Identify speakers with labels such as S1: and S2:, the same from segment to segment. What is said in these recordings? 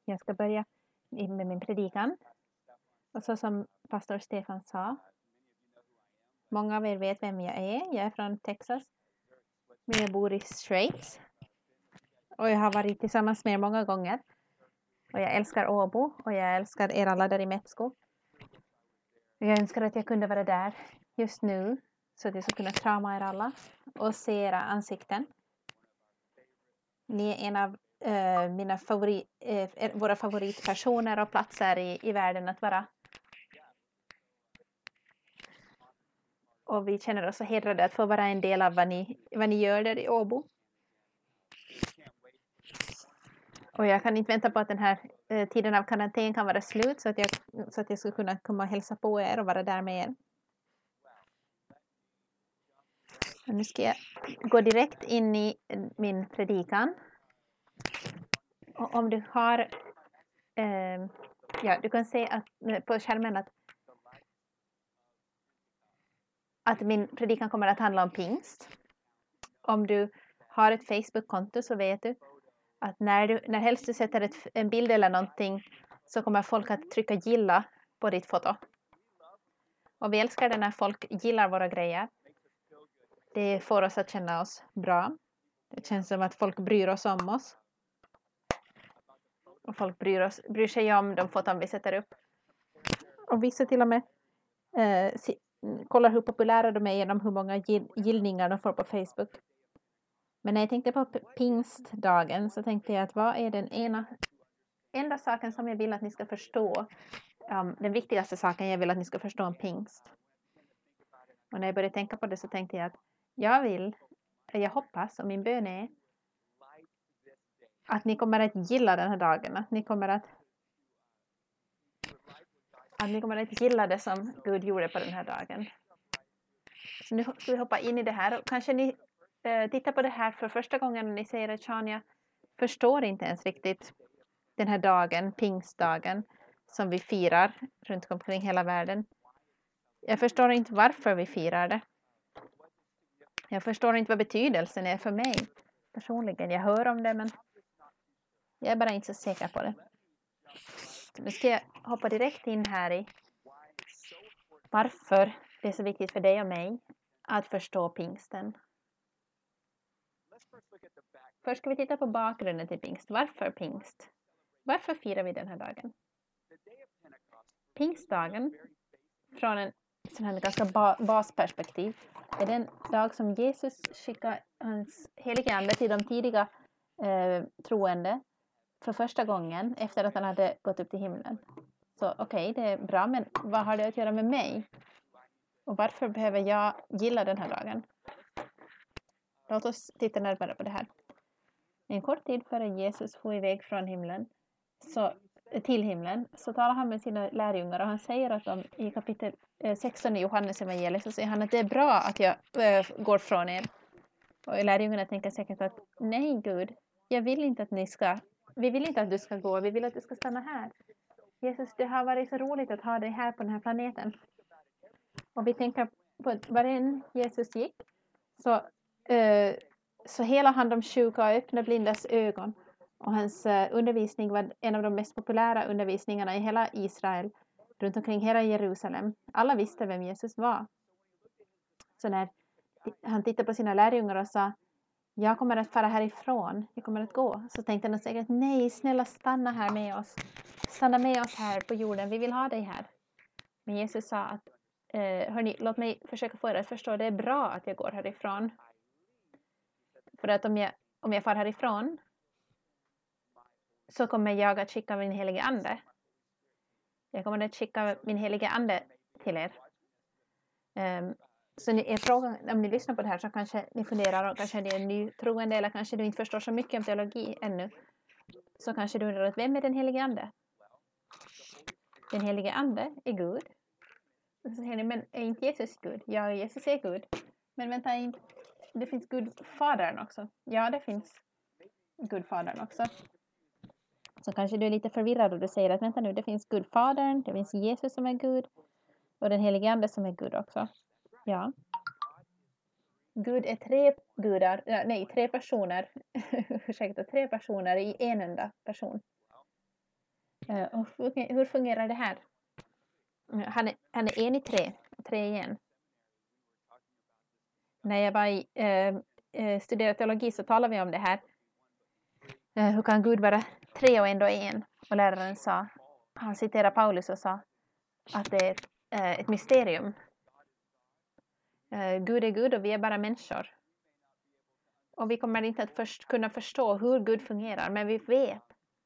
S1: Jag ska börja med min predikan. Och så som pastor Stefan sa, många av er vet vem jag är. Jag är från Texas, men jag bor i Schweiz. Och jag har varit tillsammans med er många gånger. Och jag älskar Åbo och jag älskar er alla där i Metsko. Och jag önskar att jag kunde vara där just nu, så att jag skulle kunna krama er alla och se era ansikten. Ni är en av våra favoritpersoner och platser i världen att vara. Och vi känner oss så hedrade att få vara en del av vad ni gör där i Åbo. Och jag kan inte vänta på att den här tiden av karantän kan vara slut, så att jag ska kunna komma och hälsa på er och vara där med er. Och nu ska jag gå direkt in i min predikan. Och om du har du kan se på skärmen att min predikan kommer att handla om pingst. Om du har ett Facebook-konto så vet du att när helst du sätter en bild eller någonting, så kommer folk att trycka gilla på ditt foto. Och vi älskar det när folk gillar våra grejer. Det får oss att känna oss bra. Det känns som att folk bryr oss om oss. Och folk bryr sig om de foton vi sätter upp. Och vissa till och med kollar hur populära de är genom hur många gillningar de får på Facebook. Men när jag tänkte på pingstdagen så tänkte jag att vad är den enda saken som jag vill att ni ska förstå. Den viktigaste saken jag vill att ni ska förstå om pingst. Och när jag började tänka på det så tänkte jag att jag hoppas och min bön är att ni kommer att gilla den här dagen. Att ni kommer att gilla det som Gud gjorde på den här dagen. Så nu ska vi hoppa in i det här. Och kanske ni tittar på det här för första gången och ni säger att jag förstår inte ens riktigt den här dagen, pingstdagen, som vi firar runt omkring hela världen. Jag förstår inte varför vi firar det. Jag förstår inte vad betydelsen är för mig personligen. Jag hör om det, men jag är bara inte så säker på det. Så nu ska jag hoppa direkt in här i varför det är så viktigt för dig och mig att förstå pingsten. Först ska vi titta på bakgrunden till pingst. Varför pingst? Varför firar vi den här dagen? Pingstdagen, från en sån här ganska basperspektiv, är den dag som Jesus skickar hans heliga ande till de tidiga troende för första gången efter att han hade gått upp till himlen. Så okej, det är bra, men vad har det att göra med mig? Och varför behöver jag gilla den här dagen? Låt oss titta närmare på det här. En kort tid före Jesus får iväg från till himlen, så talar han med sina lärjungar och han säger att i kapitel 16 i Johannes evangeliet så säger han att det är bra att jag går från er. Och lärjungarna tänker säkert att nej Gud, vi vill inte att du ska gå, vi vill att du ska stanna här. Jesus, det har varit så roligt att ha dig här på den här planeten. Och vi tänker på var Jesus gick, så hela han de sjuka och öppna blindas ögon. Och hans undervisning var en av de mest populära undervisningarna i hela Israel, runt omkring hela Jerusalem. Alla visste vem Jesus var. Så när han tittade på sina lärjungar och sa, jag kommer att fara härifrån, jag kommer att gå. Så tänkte han säkert, nej snälla stanna här med oss. Stanna med oss här på jorden, vi vill ha dig här. Men Jesus sa att, hörni, låt mig försöka få er att förstå, det är bra att jag går härifrån. För att om jag far härifrån så kommer jag att skicka min heliga ande. Jag kommer att skicka min heliga ande till er. Så är frågan, om ni lyssnar på det här så kanske ni funderar, och kanske ni är nytroende eller kanske du inte förstår så mycket om teologi ännu. Så kanske du undrar att vem är den heliga ande? Den heliga ande är Gud. Och så säger ni, men är inte Jesus Gud? Ja, Jesus är Gud. Men vänta, det finns Gud Fadern också. Ja, det finns Gud Fadern också. Så kanske du är lite förvirrad och du säger att vänta nu, det finns Gud Fadern, det finns Jesus som är Gud och den helige ande som är Gud också. Ja. Gud är tre personer. Ursäkta, 3 personer i en enda person. Och hur fungerar det här? Han är en i tre igen. När jag var studerade teologi så talade vi om det här. Hur kan Gud vara tre och ändå en? Och läraren sa, han citerade Paulus och sa att det är ett mysterium. Gud är Gud och vi är bara människor. Och vi kommer inte att kunna förstå hur Gud fungerar, men vi vet.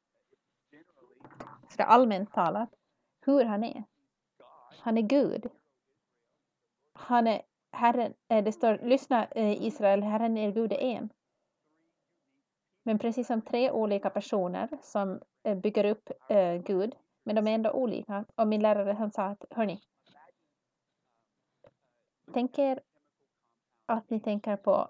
S1: Så det är allmänt talat hur han är. Han är Gud. Han är Herren. Det står, lyssna Israel, Herren är Gud är en. Men precis som tre olika personer som bygger upp Gud, men de är ändå olika. Och min lärare han sa att, hörni, tänk er att ni tänker på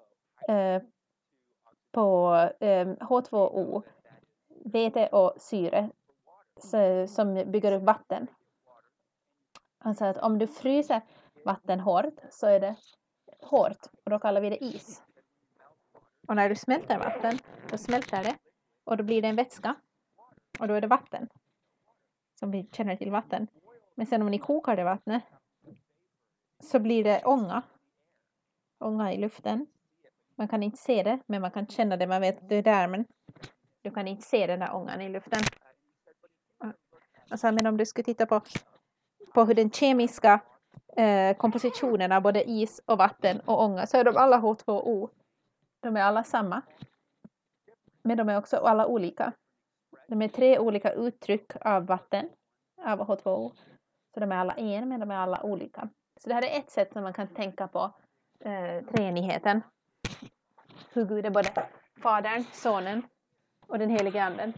S1: H2O, vete och syre som bygger upp vatten. Han sa att om du fryser vatten hårt så är det hårt och då kallar vi det is. Och när du smälter vatten, då smälter det och då blir det en vätska och då är det vatten. Som vi känner till vatten. Men sen om ni kokar det vattnet så blir det ånga. Ånga i luften. Man kan inte se det, men man kan känna det. Man vet att det är där, men du kan inte se den där ångan i luften. Alltså, men om du skulle titta på hur den kemiska kompositionen av både is och vatten och ånga, så är de alla H2O. De är alla samma. Men de är också alla olika. De är tre olika uttryck av vatten, av H2O. Så de är alla en, men de är alla olika. Så det här är ett sätt som man kan tänka på treenigheten. Hur Gud är både Fadern, Sonen och den helige Anden.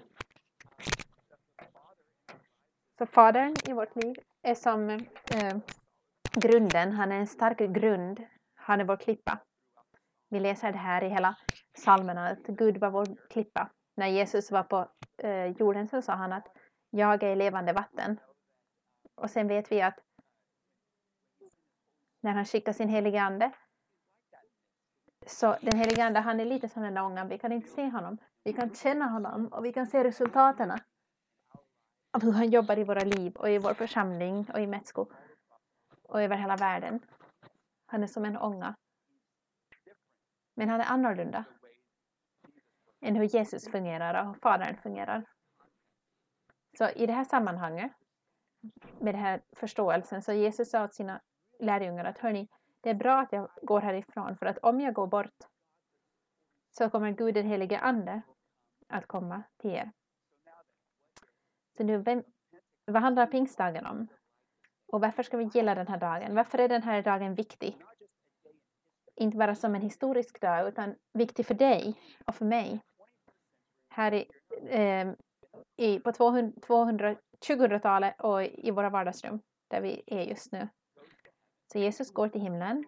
S1: Så Fadern i vårt liv är som grunden. Han är en stark grund. Han är vår klippa. Vi läser det här i hela psalmerna att Gud var vår klippa. När Jesus var på jorden så sa han att jag är levande vatten. Och sen vet vi att när han skickar sin heliga ande, så den heliga ande, han är lite som en ånga. Vi kan inte se honom. Vi kan känna honom och vi kan se resultaten av hur han jobbar i våra liv och i vår församling och i Metsko och över hela världen. Han är som en ånga. Men han är annorlunda än hur Jesus fungerar och Fadern fungerar. Så i det här sammanhanget, med den här förståelsen, så Jesus sa åt sina lärjungar att hörni, det är bra att jag går härifrån, för att om jag går bort så kommer Gud den helige ande att komma till er. Så nu, vad handlar pingstdagen om? Och varför ska vi gilla den här dagen? Varför är den här dagen viktig? Inte bara som en historisk dag, utan viktig för dig och för mig. Här på 2000-talet och i våra vardagsrum där vi är just nu. Så Jesus går till himlen.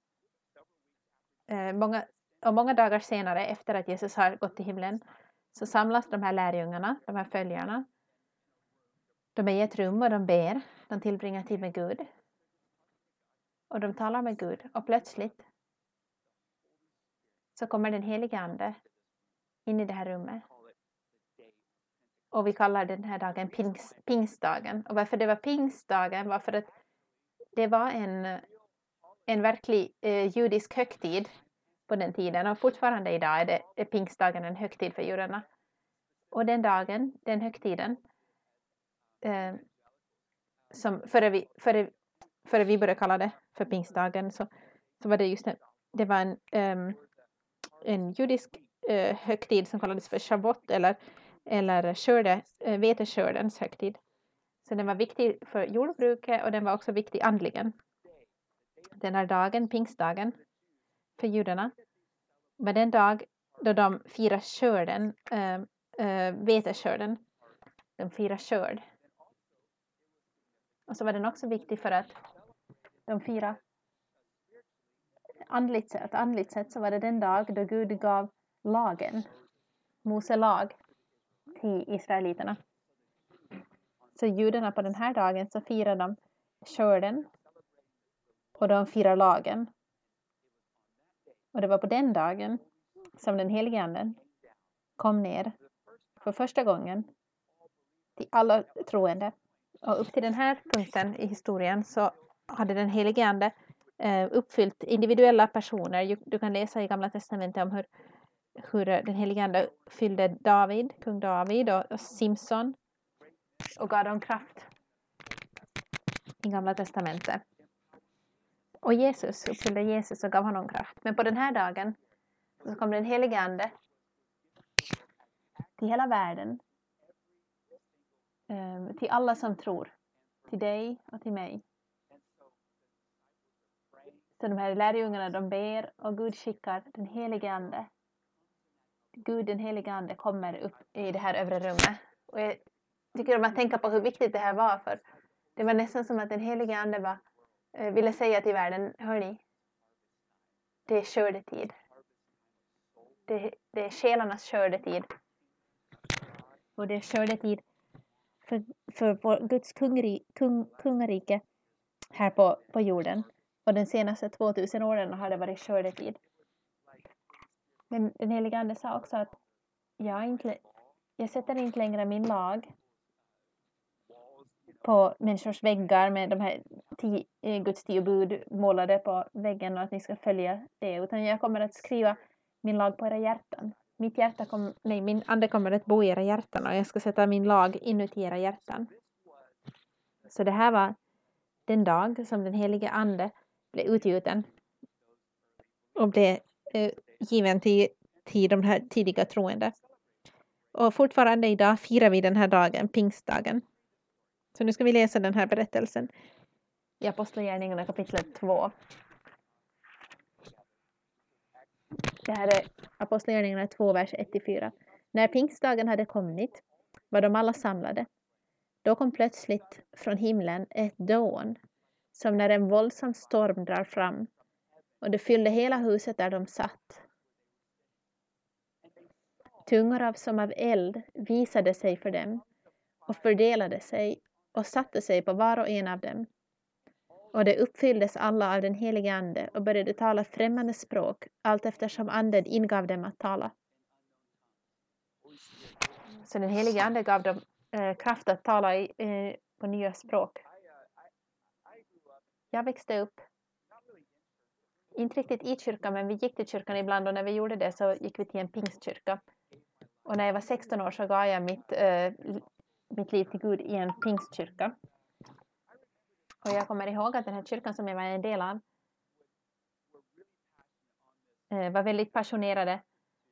S1: Många dagar senare, efter att Jesus har gått till himlen, så samlas de här lärjungarna, de här följarna. De är i ett rum och de ber. De tillbringar tid med Gud. Och de talar med Gud. Och plötsligt så kommer den helige ande in i det här rummet. Och vi kallar den här dagen pingstdagen. Och varför det var pingstdagen var för att det var en verklig judisk högtid på den tiden. Och fortfarande idag är pingstdagen en högtid för judarna. Och den dagen, den högtiden, som före vi började kalla det för pingstdagen, så var det just det var en judisk högtid som kallades för Shavuot eller veteskördens högtid. Så den var viktig för jordbruket och den var också viktig andligen. Den här dagen, pingstdagen, för judarna var den dag då de firar skörden, veteskörden. De firar skörd. Och så var den också viktig för att de firar andligt sett så var det den dag då Gud gav lagen, Mose lag, till israeliterna. Så judarna på den här dagen så firar de skörden och de firar lagen. Och det var på den dagen som den helige anden kom ner för första gången till alla troende. Och upp till den här punkten i historien så hade den helige ande uppfyllt individuella personer. Du kan läsa i Gamla testamentet om hur den helige ande fyllde kung David och Simson och gav dem kraft i Gamla testamentet. Och Jesus uppfyllde Jesus och gav honom kraft. Men på den här dagen så kom den helige ande till hela världen. Till alla som tror. Till dig och till mig. Så de här lärjungarna de ber och Gud skickar den helige ande. Gud den helige ande kommer upp i det här övre rummet. Och jag tycker om att tänka på hur viktigt det här var. För det var nästan som att den helige ande ville säga till världen. Hörni, det är skördetid. Det är själarnas skördetid. Och det är skördetid för Guds kungarike här på jorden. Och den senaste 2000 åren har det varit skördetid. Men den helige ande sa också att jag sätter inte längre min lag på människors väggar med de här Guds 10 bud målade på väggen och att ni ska följa det. Utan jag kommer att skriva min lag på era hjärtan. Min ande kommer att bo i era hjärtan och jag ska sätta min lag inuti era hjärtan. Så det här var den dag som den helige ande blev utgjuten och blev given till de här tidiga troende. Och fortfarande idag firar vi den här dagen, pingstdagen. Så nu ska vi läsa den här berättelsen i Apostlagärningarna kapitel 2. Det här är Apostlagärningarna 2, vers 1-4. När pingstdagen hade kommit var de alla samlade. Då kom plötsligt från himlen ett dån, som när en våldsam storm drar fram, och det fyllde hela huset där de satt. Tungor som av eld visade sig för dem och fördelade sig och satte sig på var och en av dem. Och det uppfylldes alla av den helige ande och började tala främmande språk allt eftersom anden ingav dem att tala. Så den helige ande gav dem kraft att tala på nya språk. Jag växte upp inte riktigt i kyrkan, men vi gick till kyrkan ibland och när vi gjorde det så gick vi till en pingstkyrka. Och när jag var 16 år så gav jag mitt liv till Gud i en pingstkyrka. Och jag kommer ihåg att den här kyrkan som jag var en del av var väldigt passionerade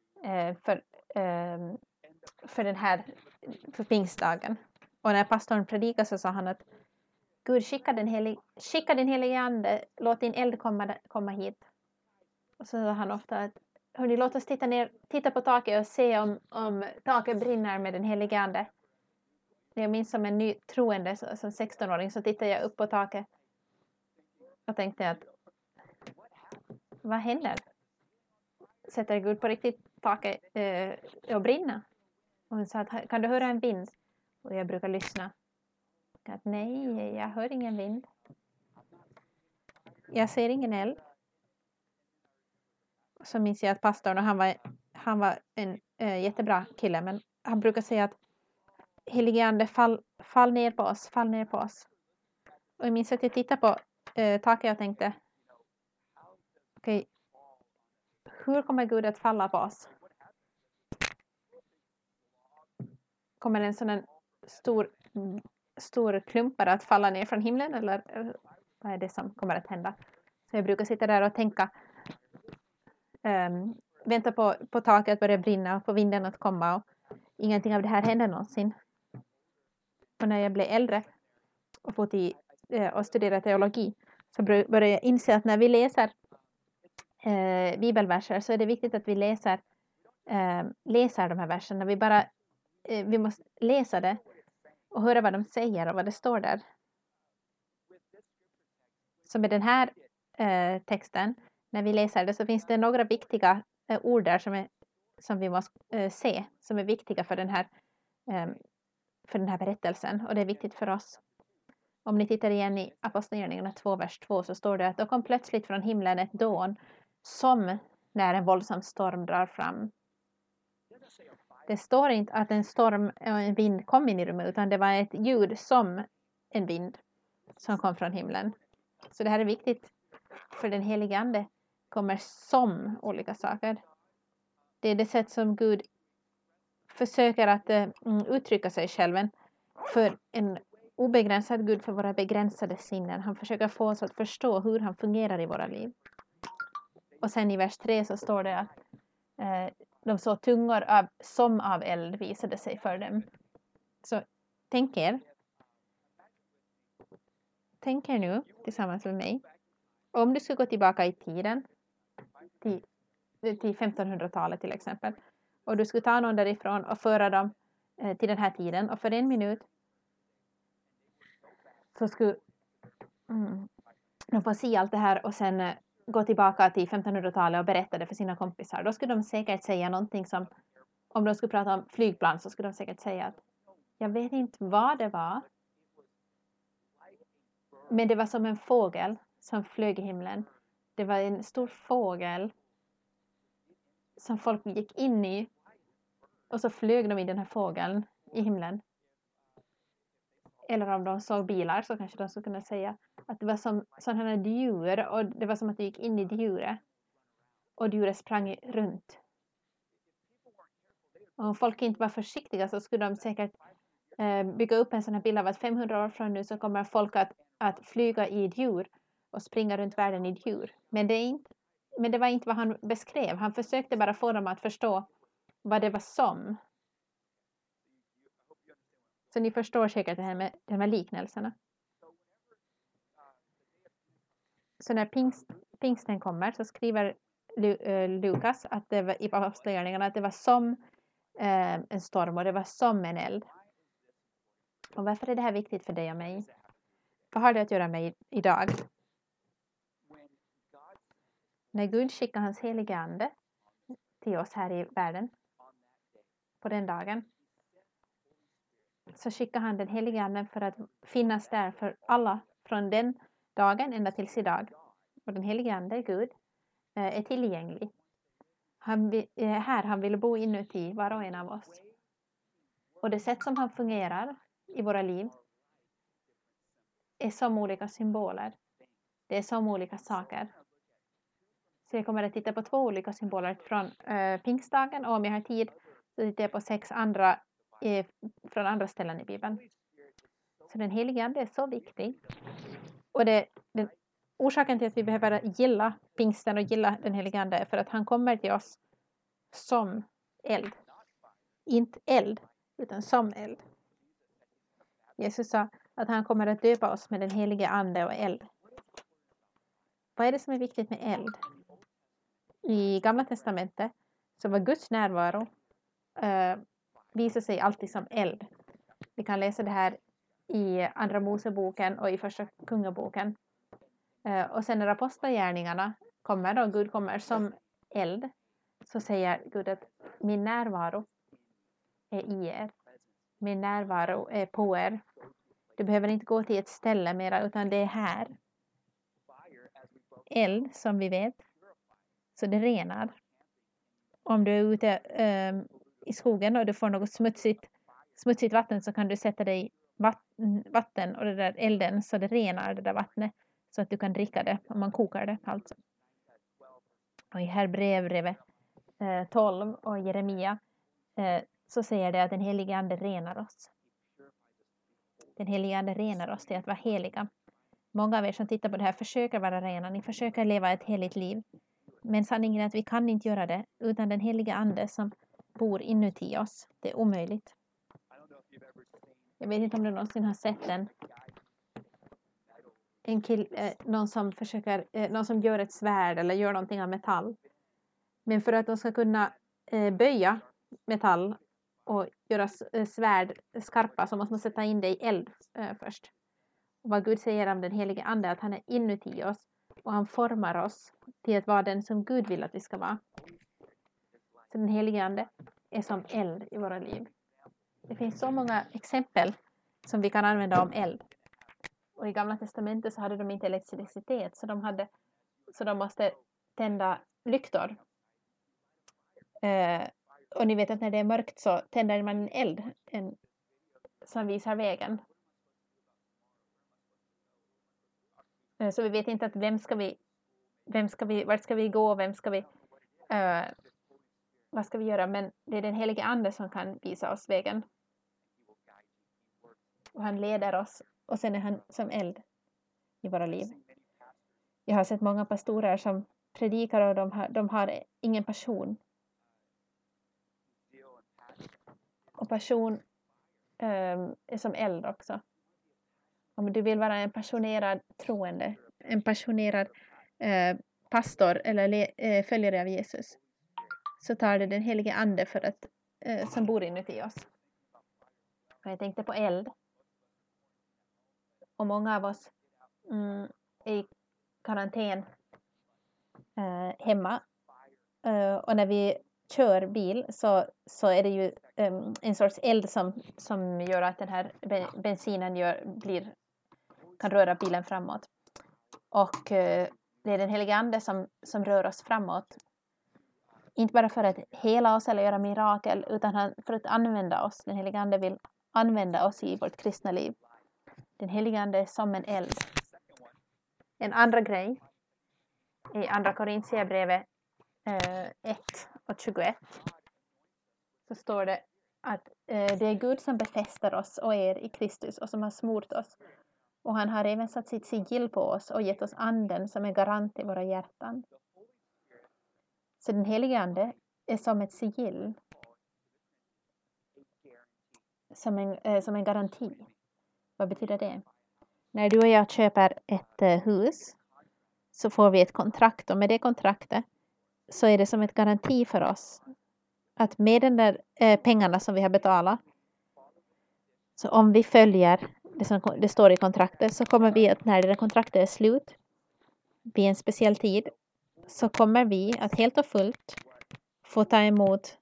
S1: för pingstdagen. Och när pastorn predikade så sa han att Gud skicka den helige ande, låt din eld komma hit. Och så sa han ofta att hörni, låt oss titta på taket och se om taket brinner med den helige ande. Jag minns som en ny troende som 16-åring så tittade jag upp på taket och tänkte att vad händer? Sätter Gud på riktigt taket och brinna? Och hon sa att kan du höra en vind? Och jag brukar lyssna. Att nej, jag hör ingen vind. Jag ser ingen eld. Så minns jag att pastorn, och han var en jättebra kille, men han brukar säga att helige ande, fall ner på oss, fall ner på oss. Och jag minns att jag tittade på taket och tänkte okej, hur kommer Gud att falla på oss? Kommer en sån stor klumpar att falla ner från himlen, eller vad är det som kommer att hända? Så jag brukar sitta där och tänka, vänta på taket att börja brinna och på vinden att komma, och ingenting av det här händer någonsin. Och när jag blev äldre och studerade teologi så började jag inse att när vi läser bibelverser så är det viktigt att vi läser de här verserna. Vi måste läsa det och höra vad de säger och vad det står där. Så med den här texten, när vi läser det så finns det några viktiga ord där som vi måste se, som är viktiga för den här berättelsen, och det är viktigt för oss. Om ni tittar igen i Apostlagärningarna 2, vers 2 så står det att då kom plötsligt från himlen ett dån som när en våldsam storm drar fram. Det står inte att en storm och en vind kom in i rummet, utan det var ett ljud som en vind som kom från himlen. Så det här är viktigt, för den helige ande kommer som olika saker. Det är det sätt som Gud försöker att uttrycka sig själv. För en obegränsad Gud för våra begränsade sinnen. Han försöker få oss att förstå hur han fungerar i våra liv. Och sen i vers 3 så står det att de så tungor som av eld visade sig för dem. Så tänk er nu tillsammans med mig. Om du skulle gå tillbaka i tiden till 1500-talet till exempel. Och du skulle ta någon därifrån och föra dem till den här tiden. Och för 1 minut så skulle de få se allt det här och sen gå tillbaka till 1500-talet och berätta det för sina kompisar. Då skulle de säkert säga någonting som, om de skulle prata om flygplan så skulle de säkert säga att jag vet inte vad det var. Men det var som en fågel som flög i himlen. Det var en stor fågel som folk gick in i. Och så flög de i den här fågeln i himlen. Eller om de såg bilar så kanske de skulle kunna säga att det var som sådana här djur. Och det var som att de gick in i djuret. Och djuret sprang runt. Och om folk inte var försiktiga så skulle de säkert bygga upp en sån här bild av att 500 år från nu så kommer folk att flyga i djur. Och springa runt världen i djur. Men det var inte vad han beskrev. Han försökte bara få dem att förstå vad det var som. Så ni förstår säkert det här med de här liknelserna. Så när pingsten kommer så skriver Lukas att det var i apostlagärningarna att det var som en storm och det var som en eld. Och varför är det här viktigt för dig och mig? Vad har det att göra med idag? När Gud skickar hans heliga ande till oss här i världen på den dagen så skickar han den heliga anden för att finnas där för alla från den dagen ända tills idag. Och den heliga ande, Gud, är tillgänglig. Han vill bo inuti var och en av oss. Och det sätt som han fungerar i våra liv är som olika symboler. Det är som olika saker. Så jag kommer att titta på 2 olika symboler från pingstdagen. Och om jag har tid så tittar jag på 6 andra från andra ställen i Bibeln. Så den heliga ande är så viktig. Och den orsaken till att vi behöver gilla pingsten och gilla den heliga ande är för att han kommer till oss som eld. Inte eld, utan som eld. Jesus sa att han kommer att döpa oss med den heliga ande och eld. Vad är det som är viktigt med eld? I Gamla testamentet så var Guds närvaro visar sig alltid som eld. Vi kan läsa det här i Andra Moseboken och i Första Kungaboken. Och sen när apostlagärningarna kommer och Gud kommer som eld så säger Gud att min närvaro är i er. Min närvaro är på er. Du behöver inte gå till ett ställe mera utan det är här. Eld som vi vet. Så det renar. Om du är ute i skogen och du får något smutsigt vatten så kan du sätta dig i vatten och det där elden så det renar det där vattnet. Så att du kan dricka det om man kokar det alltså. Och i Hebreerbrevet 12 och Jeremia så säger det att den heliga ande renar oss. Den heliga ande renar oss till att vara heliga. Många av er som tittar på det här försöker vara rena. Ni försöker leva ett heligt liv. Men sanningen är att vi kan inte göra det utan den heliga ande som bor inuti oss. Det är omöjligt. Jag vet inte om du någonsin har sett någon som gör ett svärd eller gör någonting av metall. Men för att de ska kunna böja metall och göra svärd skarpa så måste man sätta in det i eld först. Och vad Gud säger om den heliga ande är att han är inuti oss och han formar oss till att vara den som Gud vill att vi ska vara. Så den heliga ande är som eld i våra liv. Det finns så många exempel som vi kan använda om eld. Och i Gamla testamentet så hade de inte elektricitet så de måste tända lyktor. Och ni vet att när det är mörkt så tänder man en eld som visar vägen. Så vi vet inte att vart ska vi gå, vad ska vi göra, men det är den helige ande som kan visa oss vägen. Och han leder oss, och sen är han som eld i våra liv. Jag har sett många pastorer som predikar och de har ingen passion. Och passion är som eld också. Om du vill vara en passionerad troende, en passionerad pastor eller följare av Jesus, så tar det den helige ande för att, som bor inuti oss. Och jag tänkte på eld. Och många av oss är i karantän hemma. Och när vi kör bil så är det ju en sorts eld som gör att den här bensinen kan röra bilen framåt. Och det är den helige ande som rör oss framåt. Inte bara för att hela oss eller göra mirakel, utan för att använda oss. Den helige ande vill använda oss i vårt kristna liv. Den helige ande är som en eld. En andra grej i andra Korintierbrevet 1:21 så står det att det är Gud som befäster oss och er i Kristus och som har smort oss. Och han har även satt sitt sigill på oss och gett oss anden som är garant i våra hjärtan. Så den helige ande är som ett sigill. Som en garanti. Vad betyder det? När du och jag köper ett hus så får vi ett kontrakt. Och med det kontraktet så är det som ett garanti för oss. Att med den där pengarna som vi har betalat. Så om vi följer det som det står i kontraktet, så kommer vi att när det där kontraktet är slut. Vid en speciell tid. Så kommer vi att helt och fullt få ta emot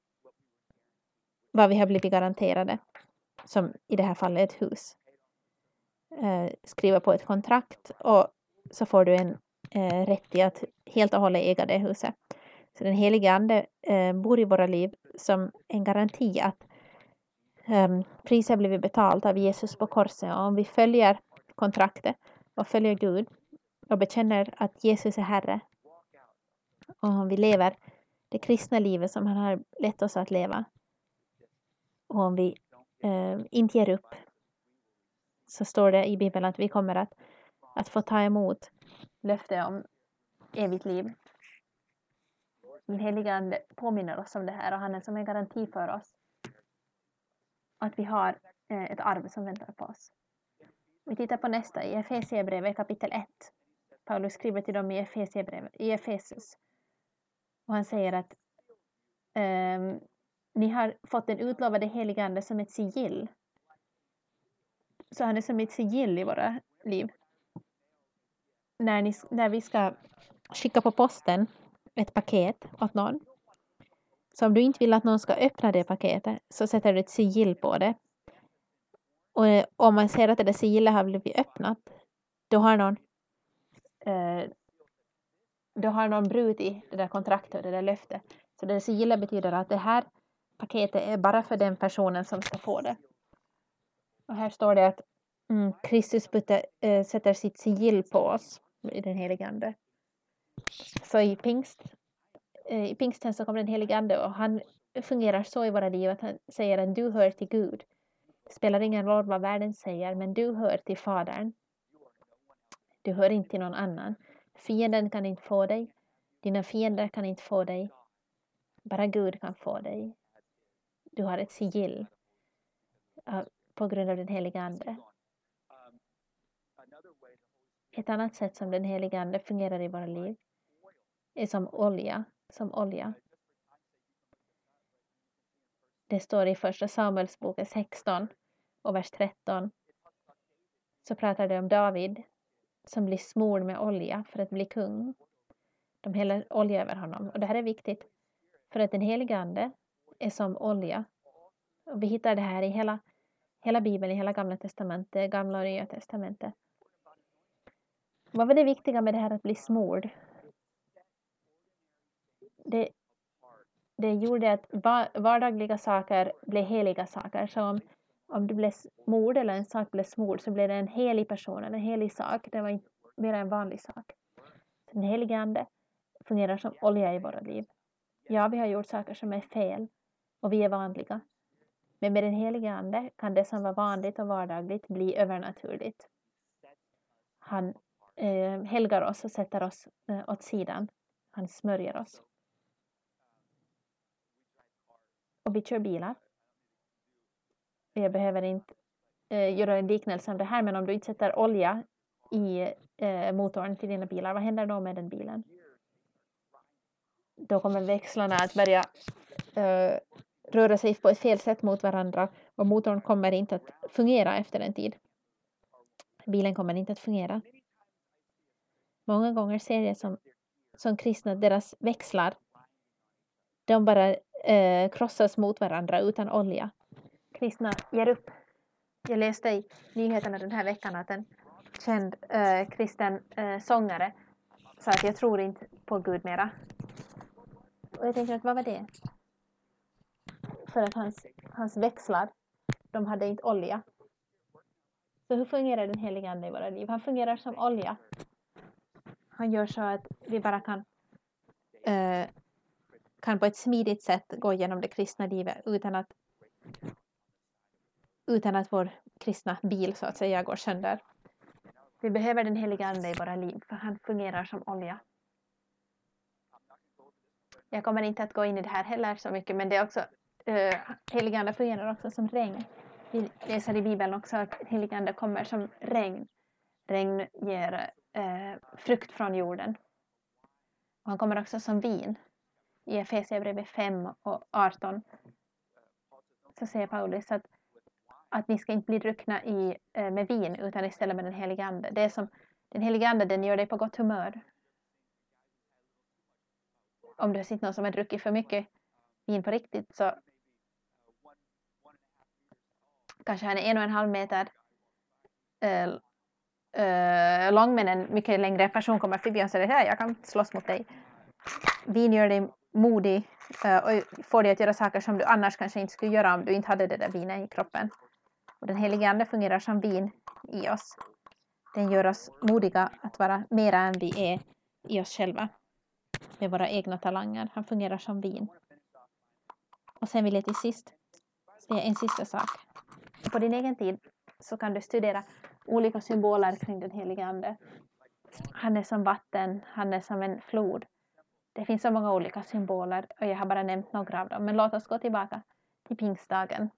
S1: vad vi har blivit garanterade. Som i det här fallet ett hus. Skriva på ett kontrakt och så får du en rätt i att helt och hållet äga det huset. Så den helige ande bor i våra liv som en garanti att priset har blivit betalt av Jesus på korset. Och om vi följer kontraktet och följer Gud och bekänner att Jesus är Herre. Och om vi lever det kristna livet som han har lett oss att leva. Och om vi inte ger upp, så står det i Bibeln att vi kommer att få ta emot löfte om evigt liv. Den helige ande påminner oss om det här och han är som en garanti för oss. Att vi har ett arv som väntar på oss. Vi tittar på nästa i Efesierbrevet kapitel 1. Paulus skriver till dem i Efesus. Och han säger att ni har fått den utlovade helige ande som ett sigill. Så han är som ett sigill i våra liv. När vi ska skicka på posten ett paket åt någon. Så om du inte vill att någon ska öppna det paketet så sätter du ett sigill på det. Och om man ser att det där sigillet har blivit öppnat, då har någon brutit det där kontraktet, det där löftet. Så det där sigillet betyder att det här paketet är bara för den personen som ska få det. Och här står det att Kristus sätter sitt sigill på oss i den helige ande. Så i pingsten så kommer den helige ande och han fungerar så i våra liv att han säger att du hör till Gud. Det spelar ingen roll vad världen säger, men du hör till Fadern. Du hör inte till någon annan. Fienden kan inte få dig. Dina fiender kan inte få dig. Bara Gud kan få dig. Du har ett sigill på grund av den helige ande. Ett annat sätt som den helige ande fungerar i våra liv är som olja. Det står i första Samuelsboken 16 och vers 13. Så pratar det om David som blir smord med olja för att bli kung. De häller olja över honom. Och det här är viktigt. För att den helige ande är som olja. Och vi hittar det här i hela Bibeln, i hela Gamla testamentet, Gamla och Nya testamentet. Vad var det viktiga med det här att bli smord? det gjorde att vardagliga saker blev heliga saker. Så om du blev smord eller en sak blev smord så blev det en helig person eller en helig sak. Det var inte mer en vanlig sak. Den helige ande fungerar som olja i våra liv. Ja, vi har gjort saker som är fel och vi är vanliga. Men med den helige ande kan det som var vanligt och vardagligt bli övernaturligt. Han helgar oss och sätter oss åt sidan. Han smörjer oss. Och vi kör bilar. Jag behöver inte göra en liknelse om det här, men om du inte sätter olja i motorn till dina bilar, vad händer då med den bilen? Då kommer växlarna att börja röra sig på ett fel sätt mot varandra och motorn kommer inte att fungera efter en tid. Bilen kommer inte att fungera. Många gånger ser jag som kristna deras växlar, de bara krossas mot varandra utan olja. Kristna ger upp. Jag läste i nyheterna den här veckan att en känd kristen sångare sa att jag tror inte på Gud mera. Och jag tänkte att vad var det? För att hans växlar, de hade inte olja. Så hur fungerar den helige ande i våra liv? Han fungerar som olja. Han gör så att vi bara kan på ett smidigt sätt gå igenom det kristna livet utan att vår kristna bil så att säga går sönder. Vi behöver den heliga ande i våra liv för han fungerar som olja. Jag kommer inte att gå in i det här heller så mycket, men det är också heliga ande fungerar också som regn. Vi läser i Bibeln också att heliga ande kommer som regn. Regn ger frukt från jorden. Och han kommer också som vin. I Efesierbrevet 5 och 18 så säger Paulus att ni ska inte bli druckna med vin utan istället med den heliga ande. Det är som den heliga ande, den gör dig på gott humör. Om du har sett någon som har druckit för mycket vin på riktigt så kanske han är 1,5 meter lång, men en mycket längre person kommer förbi och säger jag kan slåss mot dig. Vin gör dig modig och får dig att göra saker som du annars kanske inte skulle göra om du inte hade det där vinet i kroppen. Och den heliga ande fungerar som vin i oss. Den gör oss modiga att vara mera än vi är i oss själva. Med våra egna talanger. Han fungerar som vin. Och sen vill jag till sist säga en sista sak. På din egen tid så kan du studera olika symboler kring den heliga ande. Han är som vatten, han är som en flod. Det finns så många olika symboler och jag har bara nämnt några av dem. Men låt oss gå tillbaka till pingstdagen.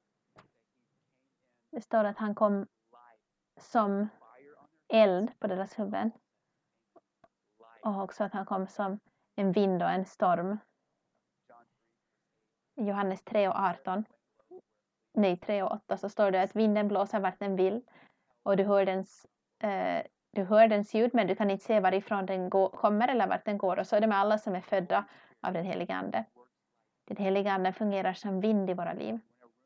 S1: Det står att han kom som eld på deras huvuden. Och också att han kom som en vind och en storm. I Johannes 3 och 8 så står det att vinden blåser vart den vill. Och du hör dens ljud, men du kan inte se varifrån den kommer eller vart den går. Och så är det med alla som är födda av den heliga ande. Den heliga ande fungerar som vind i våra liv.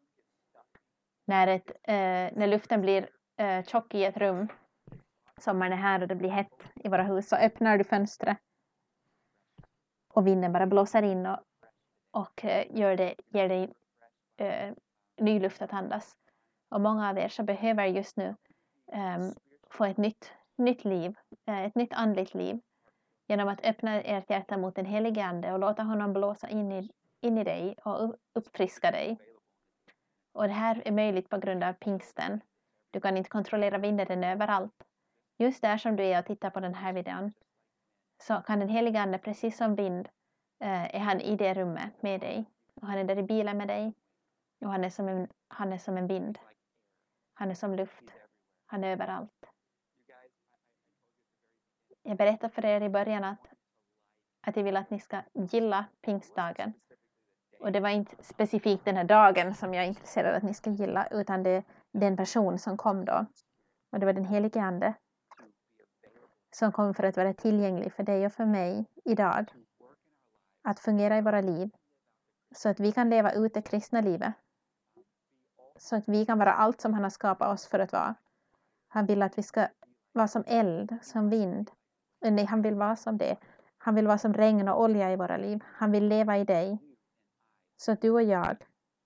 S1: När luften blir tjock i ett rum, sommaren är här och det blir hett i våra hus, så öppnar du fönstret och vinden bara blåser in och ger dig ny luft att andas. Och många av er så behöver just nu få ett nytt liv, ett nytt andligt liv genom att öppna ert hjärta mot den helige ande och låta honom blåsa in i dig och uppfriska dig. Och det här är möjligt på grund av pingsten. Du kan inte kontrollera vinden överallt. Just där som du är och tittar på den här videon så kan den heliga ande precis som vind är han i det rummet med dig. Och han är där i bilen med dig. Och han är som en vind. Han är som luft. Han är överallt. Jag berättar för er i början att jag vill att ni ska gilla pingstdagen. Och det var inte specifikt den här dagen som jag är intresserad att ni ska gilla, utan det är den person som kom då. Och det var den helige ande som kom för att vara tillgänglig för dig och för mig idag. Att fungera i våra liv så att vi kan leva ut det kristna livet. Så att vi kan vara allt som han har skapat oss för att vara. Han vill att vi ska vara som eld, som vind. Nej, han vill vara som det. Han vill vara som regn och olja i våra liv. Han vill leva i dig. Så att du och jag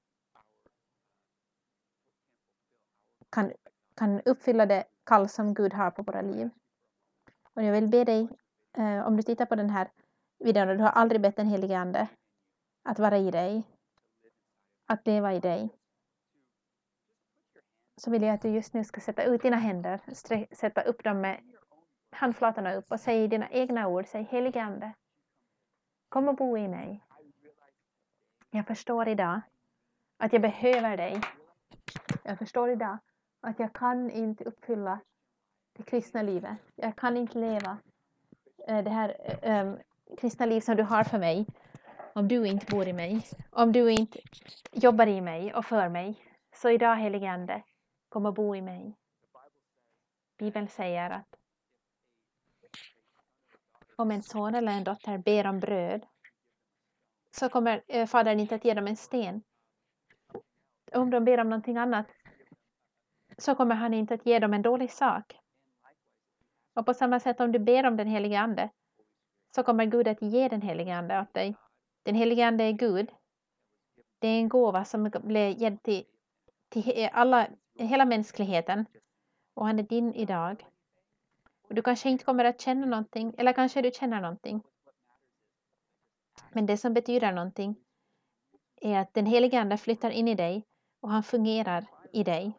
S1: kan uppfylla det kall som Gud har på våra liv. Och jag vill be dig, om du tittar på den här videon och du har aldrig bett den helige Ande att vara i dig, att leva i dig, så vill jag att du just nu ska sätta ut dina händer, sätta upp dem med handflatorna upp och säga dina egna ord, säg helige Ande, kom och bo i mig. Jag förstår idag att jag behöver dig. Jag förstår idag att jag kan inte uppfylla det kristna livet. Jag kan inte leva det här kristna liv som du har för mig om du inte bor i mig. Om du inte jobbar i mig och för mig. Så idag, helige Ande, kom och bo i mig. Bibeln säger att om en son eller en dotter ber om bröd, så kommer fadern inte att ge dem en sten. Om de ber om någonting annat, så kommer han inte att ge dem en dålig sak. Och på samma sätt, om du ber om den helige Ande, så kommer Gud att ge den helige Ande åt dig. Den helige Ande är Gud. Det är en gåva som blev gedd till hela mänskligheten. Och han är din idag. Och du kanske inte kommer att känna någonting, eller kanske du känner någonting. Men det som betyder någonting är att den helige Ande flyttar in i dig och han fungerar i dig.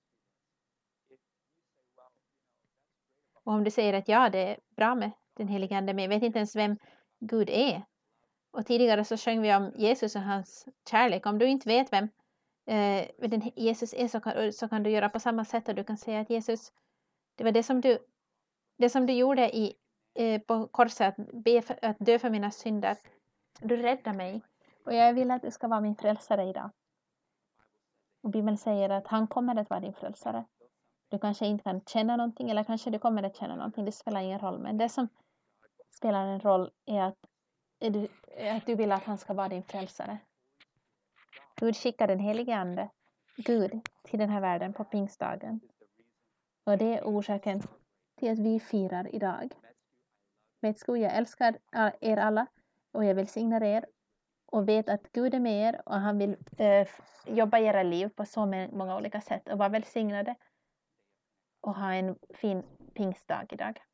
S1: Och om du säger att ja, det är bra med den helige Ande, men jag vet inte ens vem Gud är. Och tidigare så sjöng vi om Jesus och hans kärlek. Om du inte vet vem Jesus är, så kan du göra på samma sätt. Och du kan säga att Jesus, det var det som du gjorde på korset, att dö för mina synder. Du räddar mig. Och jag vill att du ska vara min frälsare idag. Och Bibeln säger att han kommer att vara din frälsare. Du kanske inte kan känna någonting, eller kanske du kommer att känna någonting. Det spelar ingen roll. Men det som spelar en roll är att du vill att han ska vara din frälsare. Gud skickar den helige Ande, Gud, till den här världen på pingstdagen. Och det är orsaken till att vi firar idag. Vet Gud, jag älskar er alla och jag välsignar er. Och vet att Gud är med er och han vill jobba i era liv på så många olika sätt. Och vara välsignade och ha en fin pingstdag idag.